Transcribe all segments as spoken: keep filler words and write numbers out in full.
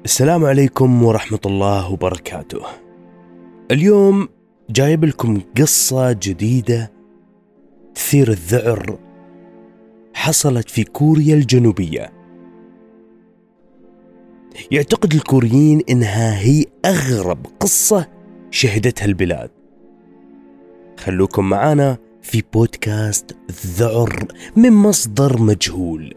السلام عليكم ورحمة الله وبركاته. اليوم جايب لكم قصة جديدة تثير الذعر حصلت في كوريا الجنوبية. يعتقد الكوريين إنها هي أغرب قصة شهدتها البلاد. خلوكم معانا في بودكاست الذعر من مصدر مجهول.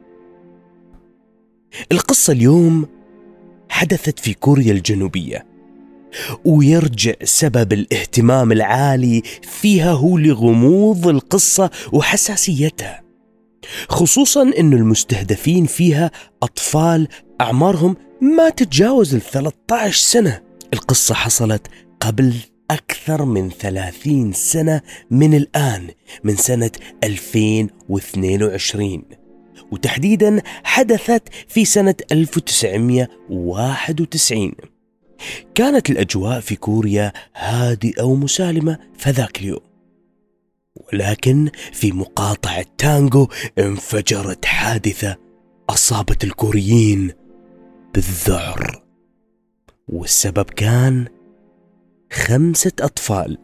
القصة اليوم حدثت في كوريا الجنوبية، ويرجع سبب الاهتمام العالي فيها هو لغموض القصة وحساسيتها، خصوصا أن المستهدفين فيها أطفال أعمارهم ما تتجاوز الثلاثة عشر سنة. القصة حصلت قبل أكثر من ثلاثين سنة من الآن، من سنة ألفين واثنين وعشرين، وتحديدا حدثت في سنة ألف وتسعمائة وواحد وتسعين. كانت الأجواء في كوريا هادئة ومسالمة فذاك اليوم، ولكن في مقاطعة تانغو انفجرت حادثة أصابت الكوريين بالذعر، والسبب كان خمسة أطفال.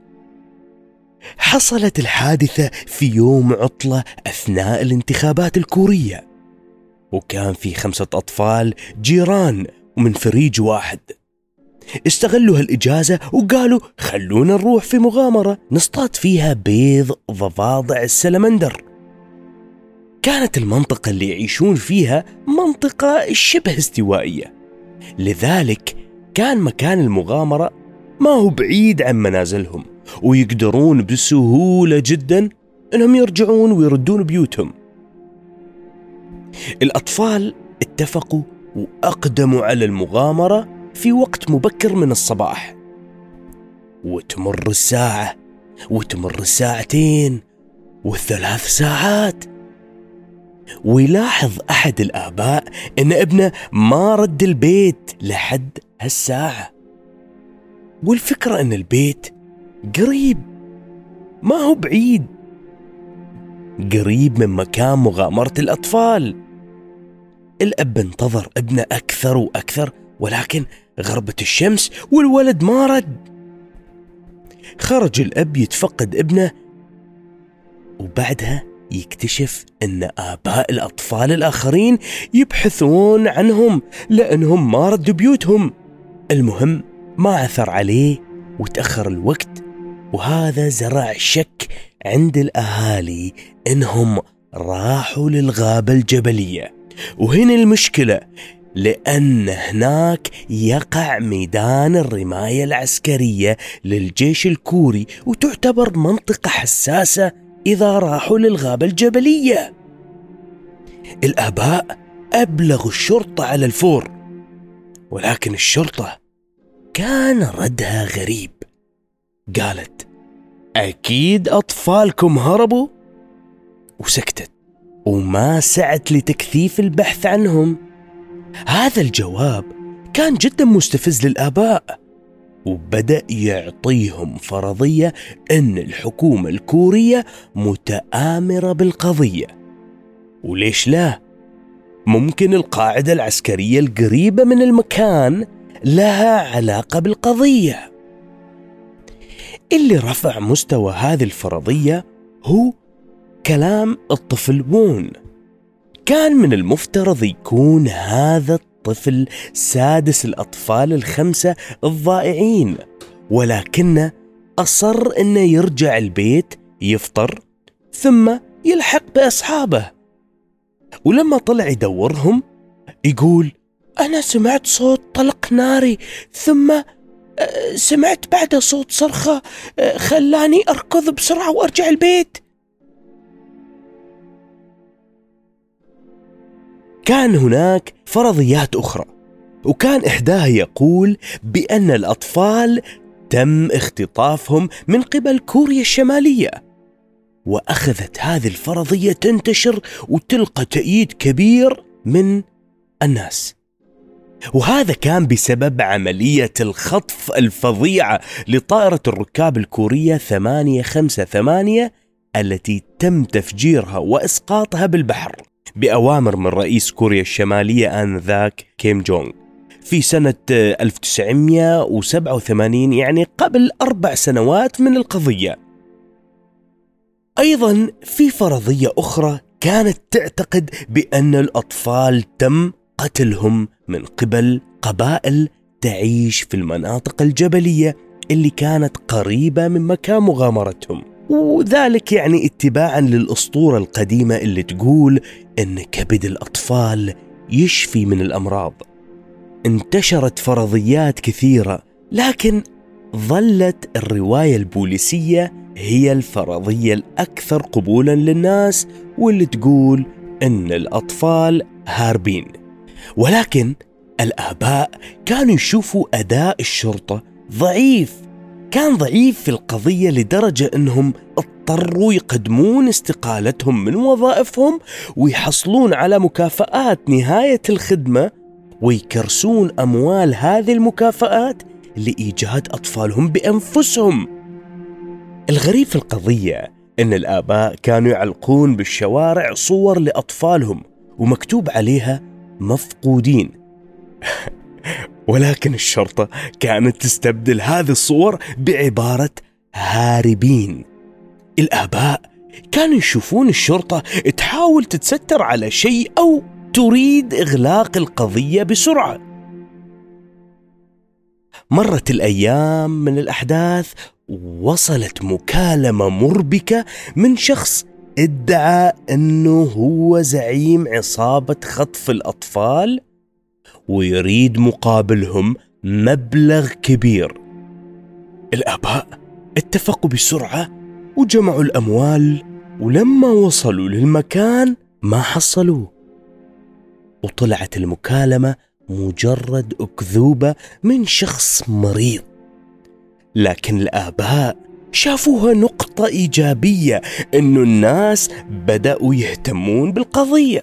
حصلت الحادثة في يوم عطلة أثناء الانتخابات الكورية، وكان في خمسة أطفال جيران ومن فريج واحد. استغلوا هالإجازة وقالوا خلونا نروح في مغامرة نصطاد فيها بيض ضفادع السلمندر. كانت المنطقة اللي يعيشون فيها منطقة شبه استوائية، لذلك كان مكان المغامرة ما هو بعيد عن منازلهم، ويقدرون بسهولة جدا أنهم يرجعون ويردون بيوتهم. الأطفال اتفقوا وأقدموا على المغامرة في وقت مبكر من الصباح، وتمر الساعة وتمر الساعتين والثلاث ساعات، ويلاحظ أحد الآباء أن ابنه ما رد البيت لحد هالساعة. والفكرة أن البيت قريب، ما هو بعيد، قريب من مكان مغامرة الأطفال. الأب انتظر ابنه أكثر وأكثر، ولكن غربت الشمس والولد ما رد. خرج الأب يتفقد ابنه، وبعدها يكتشف أن آباء الأطفال الآخرين يبحثون عنهم لأنهم ما ردوا بيوتهم. المهم ما عثر عليه وتأخر الوقت، وهذا زرع شك عند الأهالي إنهم راحوا للغابة الجبلية. وهنا المشكلة، لأن هناك يقع ميدان الرماية العسكرية للجيش الكوري، وتعتبر منطقة حساسة إذا راحوا للغابة الجبلية. الآباء أبلغوا الشرطة على الفور، ولكن الشرطة كان ردها غريب. قالت أكيد أطفالكم هربوا، وسكتت وما سعت لتكثيف البحث عنهم. هذا الجواب كان جدا مستفز للآباء، وبدأ يعطيهم فرضية أن الحكومة الكورية متآمرة بالقضية. وليش لا؟ ممكن القاعدة العسكرية القريبة من المكان لها علاقة بالقضية. اللي رفع مستوى هذه الفرضية هو كلام الطفل وون. كان من المفترض يكون هذا الطفل سادس الأطفال الخمسة الضائعين، ولكنه أصر أنه يرجع البيت يفطر ثم يلحق بأصحابه. ولما طلع يدورهم يقول أنا سمعت صوت طلق ناري، ثم سمعت بعد صوت صرخة خلاني أركض بسرعة وأرجع البيت. كان هناك فرضيات أخرى، وكان إحداها يقول بأن الأطفال تم اختطافهم من قبل كوريا الشمالية، وأخذت هذه الفرضية تنتشر وتلقى تأييد كبير من الناس. وهذا كان بسبب عملية الخطف الفظيعة لطائرة الركاب الكورية ثمانية خمسة ثمانية التي تم تفجيرها وإسقاطها بالبحر بأوامر من رئيس كوريا الشمالية آنذاك كيم جونغ. في سنة ألف وتسعمائة وسبعة وثمانين، يعني قبل أربع سنوات من القضية. أيضا في فرضية أخرى كانت تعتقد بأن الأطفال تم قتلهم من قبل قبائل تعيش في المناطق الجبلية اللي كانت قريبة من مكان مغامرتهم، وذلك يعني اتباعا للأسطورة القديمة اللي تقول أن كبد الأطفال يشفي من الأمراض. انتشرت فرضيات كثيرة، لكن ظلت الرواية البوليسية هي الفرضية الأكثر قبولا للناس، واللي تقول أن الأطفال هاربين. ولكن الآباء كانوا يشوفوا أداء الشرطة ضعيف، كان ضعيف في القضية لدرجة أنهم اضطروا يقدمون استقالتهم من وظائفهم ويحصلون على مكافآت نهاية الخدمة، ويكرسون أموال هذه المكافآت لإيجاد أطفالهم بأنفسهم. الغريب في القضية أن الآباء كانوا يعلقون بالشوارع صور لأطفالهم ومكتوب عليها مفقودين. ولكن الشرطة كانت تستبدل هذه الصور بعبارة هاربين. الآباء كانوا يشوفون الشرطة تحاول تتستر على شيء أو تريد إغلاق القضية بسرعة. مرت الأيام من الأحداث، وصلت مكالمة مربكة من شخص ادعى أنه هو زعيم عصابة خطف الأطفال ويريد مقابلهم مبلغ كبير. الآباء اتفقوا بسرعة وجمعوا الأموال، ولما وصلوا للمكان ما حصلوه، وطلعت المكالمة مجرد أكذوبة من شخص مريض. لكن الآباء شافوها نقطة إيجابية، إنه الناس بدأوا يهتمون بالقضية.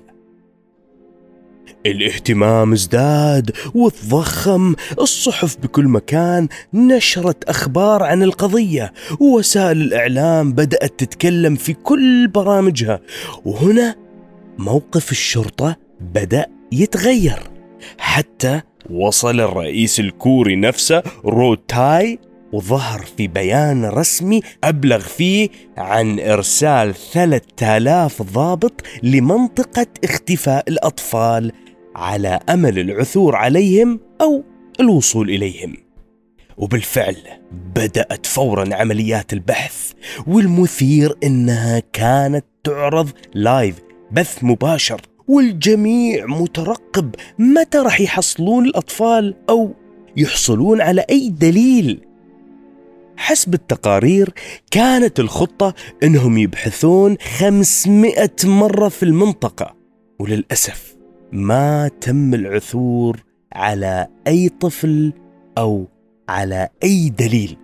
الاهتمام ازداد وتضخم، الصحف بكل مكان نشرت أخبار عن القضية، ووسائل الإعلام بدأت تتكلم في كل برامجها. وهنا موقف الشرطة بدأ يتغير، حتى وصل الرئيس الكوري نفسه روتاي وظهر في بيان رسمي أبلغ فيه عن إرسال ثلاثة آلاف ضابط لمنطقة اختفاء الأطفال على أمل العثور عليهم أو الوصول إليهم. وبالفعل بدأت فوراً عمليات البحث، والمثير إنها كانت تعرض لايف، بث مباشر، والجميع مترقب متى رح يحصلون الأطفال أو يحصلون على أي دليل. حسب التقارير كانت الخطة إنهم يبحثون خمسمائة مرة في المنطقة، وللأسف ما تم العثور على أي طفل أو على أي دليل.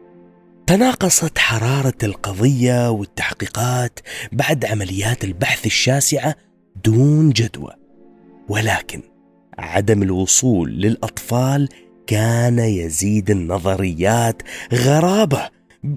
تناقصت حرارة القضية والتحقيقات بعد عمليات البحث الشاسعة دون جدوى، ولكن عدم الوصول للأطفال كان يزيد النظريات غرابة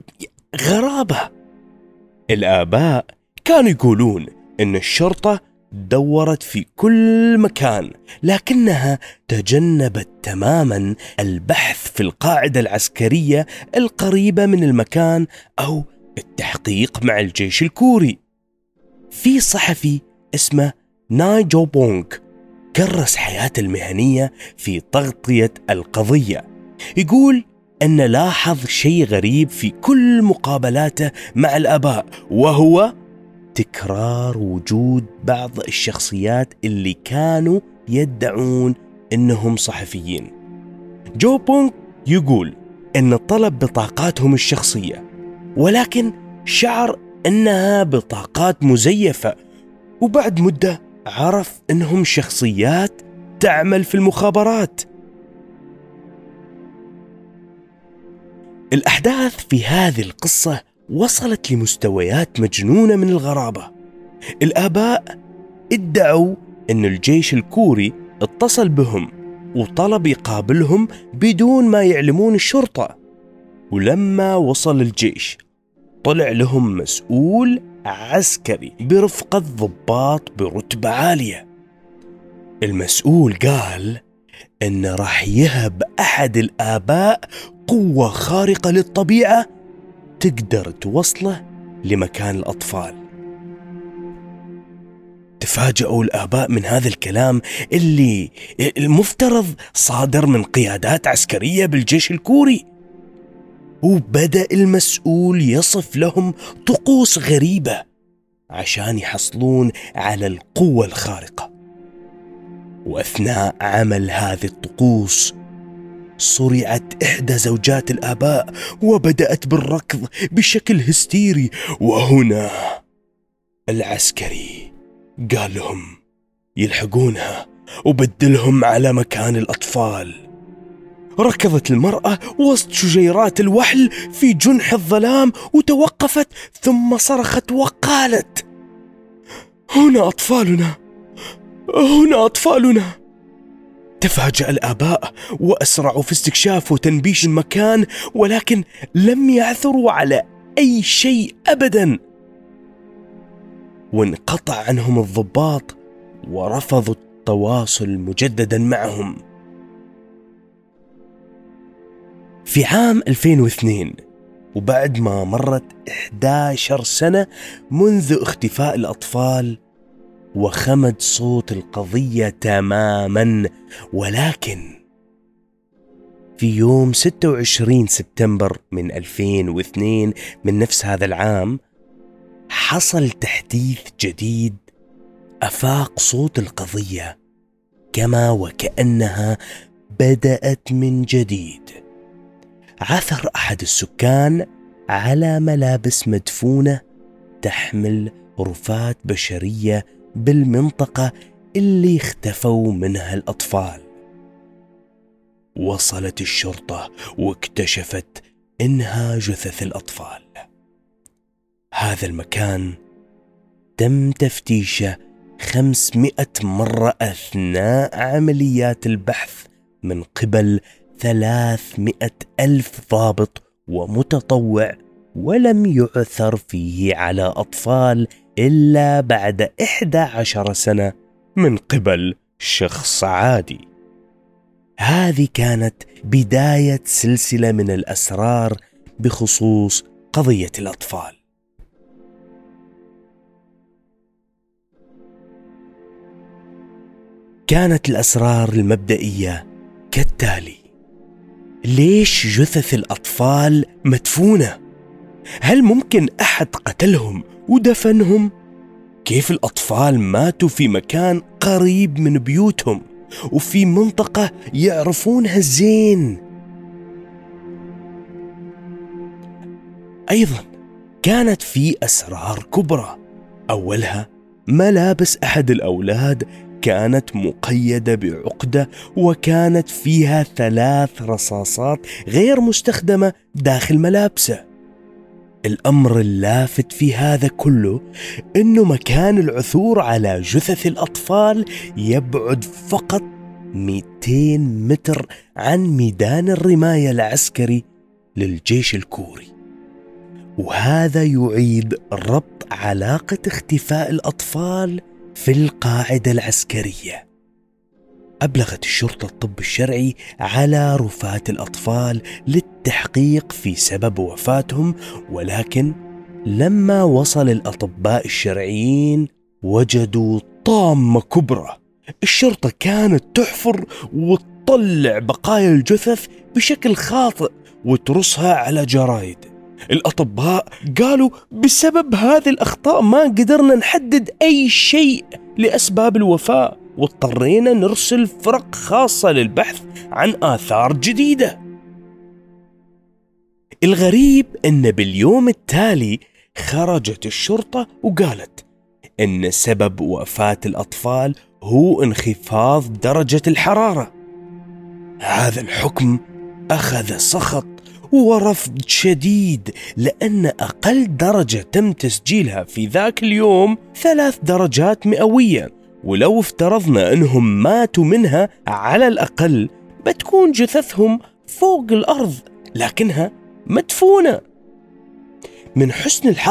غرابة. الآباء كانوا يقولون إن الشرطة دورت في كل مكان، لكنها تجنبت تماما البحث في القاعدة العسكرية القريبة من المكان أو التحقيق مع الجيش الكوري. في صحفي اسمه ناي جو بونغ كرس حياته المهنية في تغطية القضية، يقول أن لاحظ شيء غريب في كل مقابلاته مع الآباء، وهو تكرار وجود بعض الشخصيات اللي كانوا يدعون أنهم صحفيين. جو بونغ يقول أن طلب بطاقاتهم الشخصية، ولكن شعر أنها بطاقات مزيفة، وبعد مدة عرف أنهم شخصيات تعمل في المخابرات. الأحداث في هذه القصة وصلت لمستويات مجنونة من الغرابة. الآباء ادعوا أن الجيش الكوري اتصل بهم وطلب يقابلهم بدون ما يعلمون الشرطة، ولما وصل الجيش طلع لهم مسؤول عسكري برفقة ضباط برتبة عالية. المسؤول قال إن راح يهب أحد الآباء قوة خارقة للطبيعة تقدر توصله لمكان الأطفال. تفاجأوا الآباء من هذا الكلام اللي المفترض صادر من قيادات عسكرية بالجيش الكوري، وبدأ المسؤول يصف لهم طقوس غريبة عشان يحصلون على القوة الخارقة. وأثناء عمل هذه الطقوس صرعت إحدى زوجات الآباء وبدأت بالركض بشكل هستيري، وهنا العسكري قال لهم يلحقونها وبدلهم على مكان الأطفال. ركضت المرأة وسط شجيرات الوحل في جنح الظلام وتوقفت، ثم صرخت وقالت: هنا أطفالنا، هنا أطفالنا. تفاجأ الآباء وأسرعوا في استكشاف وتنبيش المكان، ولكن لم يعثروا على أي شيء أبدا. وانقطع عنهم الضباط ورفضوا التواصل مجددا معهم. في عام ألفين واثنين، وبعد ما مرت إحدى عشرة سنة منذ اختفاء الأطفال، وخمد صوت القضية تماما، ولكن في يوم ستة وعشرين سبتمبر من ألفين واثنين من نفس هذا العام حصل تحديث جديد أفاق صوت القضية كما وكأنها بدأت من جديد. عثر أحد السكان على ملابس مدفونة تحمل رفات بشرية بالمنطقة اللي اختفوا منها الأطفال. وصلت الشرطة واكتشفت إنها جثث الأطفال. هذا المكان تم تفتيشه خمسمائة مرة أثناء عمليات البحث من قبل ثلاثمائة ألف ضابط ومتطوع، ولم يعثر فيه على أطفال إلا بعد إحدى عشرة سنة من قبل شخص عادي. هذه كانت بداية سلسلة من الأسرار بخصوص قضية الأطفال. كانت الأسرار المبدئية كالتالي: ليش جثث الأطفال مدفونة؟ هل ممكن أحد قتلهم ودفنهم؟ كيف الأطفال ماتوا في مكان قريب من بيوتهم وفي منطقة يعرفونها زين؟ أيضا كانت في أسرار كبرى. أولها ملابس أحد الأولاد كانت مقيدة بعقدة، وكانت فيها ثلاث رصاصات غير مستخدمة داخل ملابسه. الأمر اللافت في هذا كله إنه مكان العثور على جثث الأطفال يبعد فقط مئتين متر عن ميدان الرماية العسكري للجيش الكوري، وهذا يعيد ربط علاقة اختفاء الأطفال في القاعدة العسكرية. أبلغت الشرطة الطب الشرعي على رفات الأطفال للتحقيق في سبب وفاتهم، ولكن لما وصل الأطباء الشرعيين وجدوا طامة كبرى. الشرطة كانت تحفر وتطلع بقايا الجثث بشكل خاطئ وترصها على جرايد. الأطباء قالوا بسبب هذه الأخطاء ما قدرنا نحدد أي شيء لأسباب الوفاة، واضطرينا نرسل فرق خاصة للبحث عن آثار جديدة. الغريب أن باليوم التالي خرجت الشرطة وقالت أن سبب وفاة الأطفال هو انخفاض درجة الحرارة. هذا الحكم أخذ سخط ورفض شديد، لأن أقل درجة تم تسجيلها في ذاك اليوم ثلاث درجات مئوية، ولو افترضنا أنهم ماتوا منها على الأقل بتكون جثثهم فوق الأرض، لكنها مدفونة. من حسن الحظ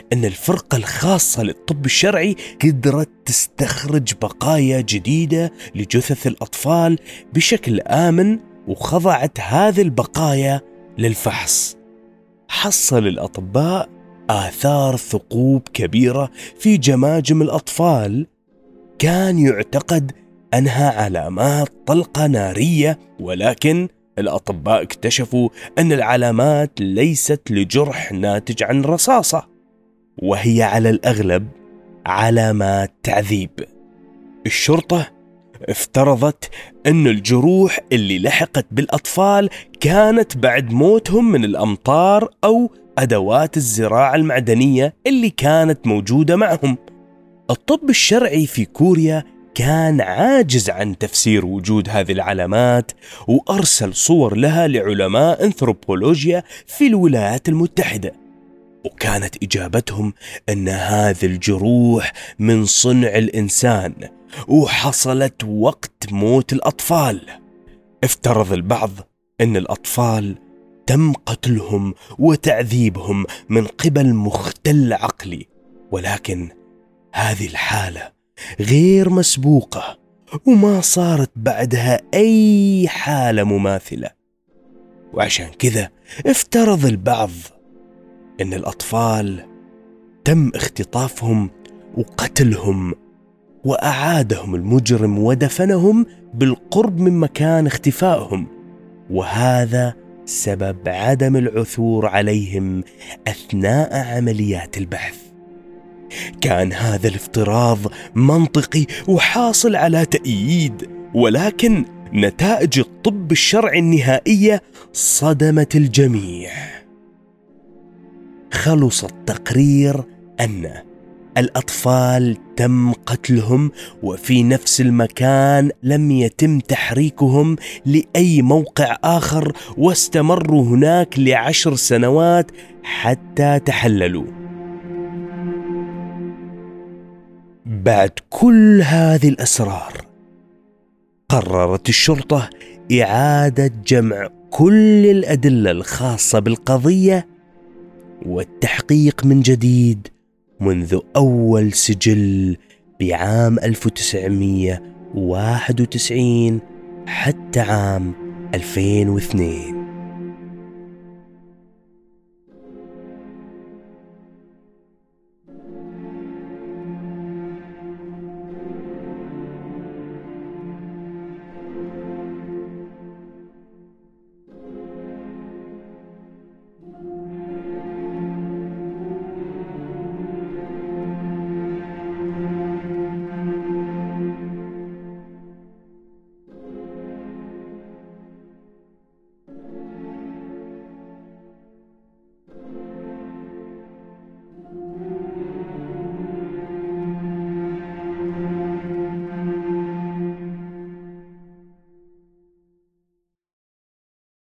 أن الفرقة الخاصة للطب الشرعي قدرت تستخرج بقايا جديدة لجثث الأطفال بشكل آمن، وخضعت هذه البقايا للفحص. حصل الأطباء آثار ثقوب كبيرة في جماجم الأطفال كان يعتقد أنها علامات طلقة نارية، ولكن الأطباء اكتشفوا أن العلامات ليست لجرح ناتج عن رصاصة، وهي على الأغلب علامات تعذيب. الشرطة افترضت أن الجروح اللي لحقت بالأطفال كانت بعد موتهم من الأمطار أو أدوات الزراعة المعدنية اللي كانت موجودة معهم. الطب الشرعي في كوريا كان عاجز عن تفسير وجود هذه العلامات، وأرسل صور لها لعلماء أنثروبولوجيا في الولايات المتحدة، وكانت إجابتهم أن هذه الجروح من صنع الإنسان وحصلت وقت موت الأطفال. افترض البعض أن الأطفال تم قتلهم وتعذيبهم من قبل مختل عقلي، ولكن هذه الحالة غير مسبوقة وما صارت بعدها أي حالة مماثلة. وعشان كذا افترض البعض أن الأطفال تم اختطافهم وقتلهم، وأعادهم المجرم ودفنهم بالقرب من مكان اختفائهم، وهذا سبب عدم العثور عليهم أثناء عمليات البحث. كان هذا الافتراض منطقي وحاصل على تأييد، ولكن نتائج الطب الشرعي النهائية صدمت الجميع. خلص التقرير أن الأطفال تم قتلهم، وفي نفس المكان لم يتم تحريكهم لأي موقع آخر، واستمروا هناك لعشر سنوات حتى تحللوا. بعد كل هذه الأسرار قررت الشرطة إعادة جمع كل الأدلة الخاصة بالقضية والتحقيق من جديد منذ أول سجل بعام ألف وتسعمائة وواحد وتسعين حتى عام ألفين واثنين.